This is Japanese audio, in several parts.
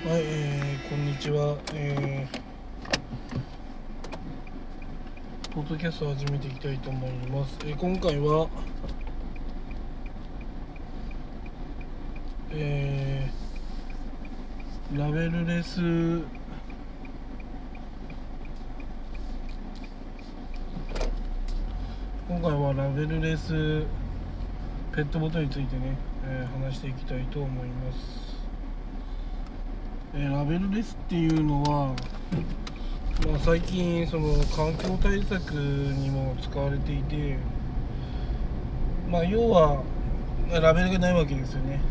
はい、こんにちは、ポッドキャストを始めていきたいと思います。今回は、ラベルレス今回はラベルレスペットボトルについてね、話していきたいと思います。ラベルレスっていうのは、最近その環境対策にも使われていて、要はラベルがないわけですよね。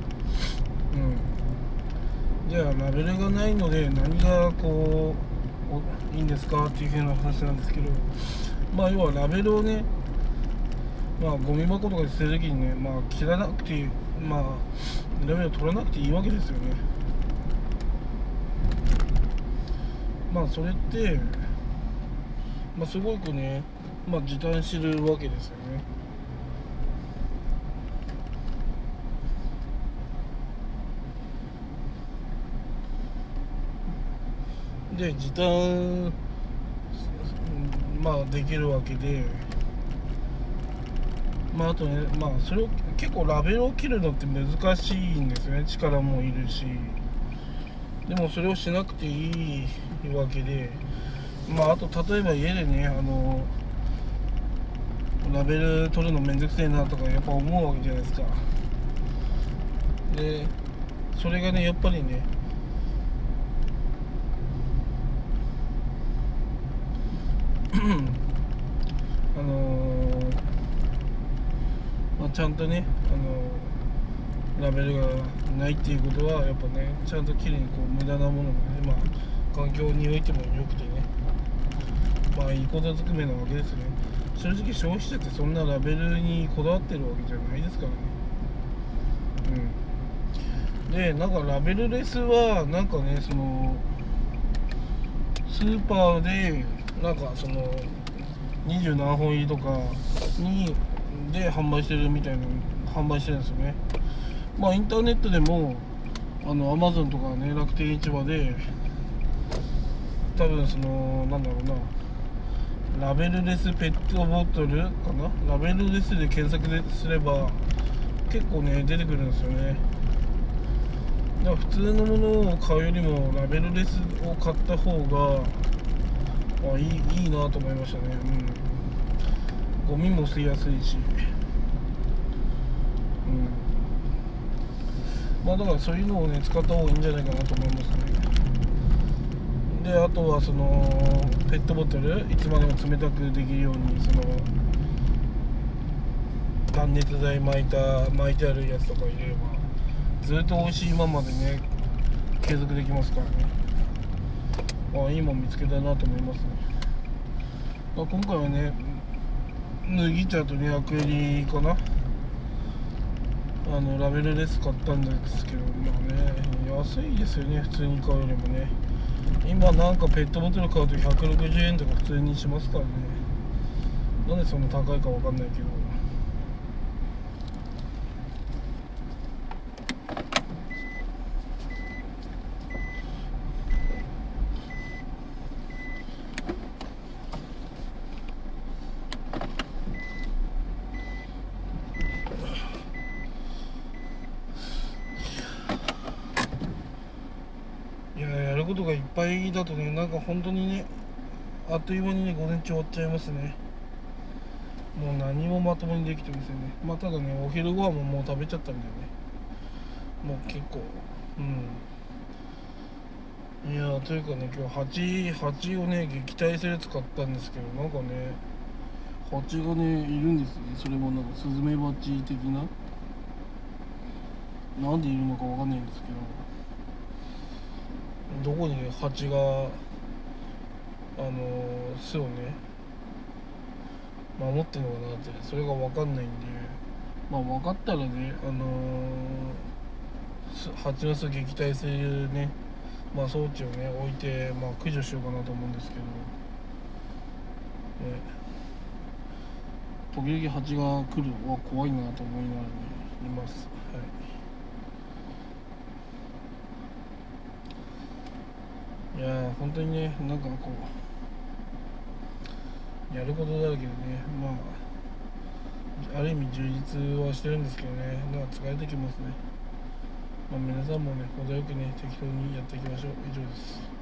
じゃあラベルがないので何がこういいんですかっていう風な話なんですけど、要はラベルをね、ゴミ箱とかに捨てるときにね、切らなくてラベルを取らなくていいわけですよね。それってすごくね、時短してるわけですよね。で時短できるわけで、あとね、それを結構ラベルを切るのって難しいんですよね。力もいるし、でもそれをしなくていいわけで、あと例えば家でね、ラベル取るのめんどくせえなとかやっぱ思うわけじゃないですか。でそれがね、やっぱりね、ちゃんとね、ラベルがないっていうことはやっぱね、ちゃんときれいにこう無駄なものがね、環境においても良くてね、いいことずくめなわけですね。正直消費者ってそんなラベルにこだわってるわけじゃないですからね。でなんかラベルレスはなんかね、そのスーパーでなんかその20何本入りとかにで販売してるみたいな、販売してるんですよね。インターネットでもアマゾンとかね、楽天市場で多分そのなんだろうな、ラベルレスペットボトルかな、ラベルレスで検索すれば結構ね出てくるんですよね。だから普通のものを買うよりもラベルレスを買った方がいいなと思いましたね。ゴミも吸いやすいし、だからそういうのをね使った方がいいんじゃないかなと思いますね。であとはそのペットボトルいつまでも冷たくできるように、その断熱材巻いてあるやつとか入れればずっと美味しいままでね継続できますからね。いいもん見つけたなと思いますね。今回はね、麦茶とねアクエリかな、ラベルレス買ったんですけど、安いですよね、普通に買うよりもね。今なんかペットボトル買うと160円とか普通にしますからね。なんでそんな高いかわかんないけど。やることがいっぱいだとね、なんか本当にね、あっという間にね午前中終わっちゃいますね。もう何もまともにできてませんね。ただね、お昼ご飯ももう食べちゃったんだよね。もう結構いやというかね、今日蜂をね撃退するやつ買ったんですけど、なんかね蜂がねいるんですね。それもなんかスズメバチ的な、なんでいるのかわかんないんですけど、どこにね蜂が巣をね守ってるのかなって、それが分かんないんで、分かったらね、蜂の巣撃退するね、装置をね置いて、駆除しようかなと思うんですけど、時々蜂が来るは怖いなと思いながらねいます。 いやー本当にね、なんかこうやることだらけでね、まあある意味充実はしてるんですけどね、なんか疲れてきますね。まあ、皆さんもね程よくね適当にやっていきましょう。以上です。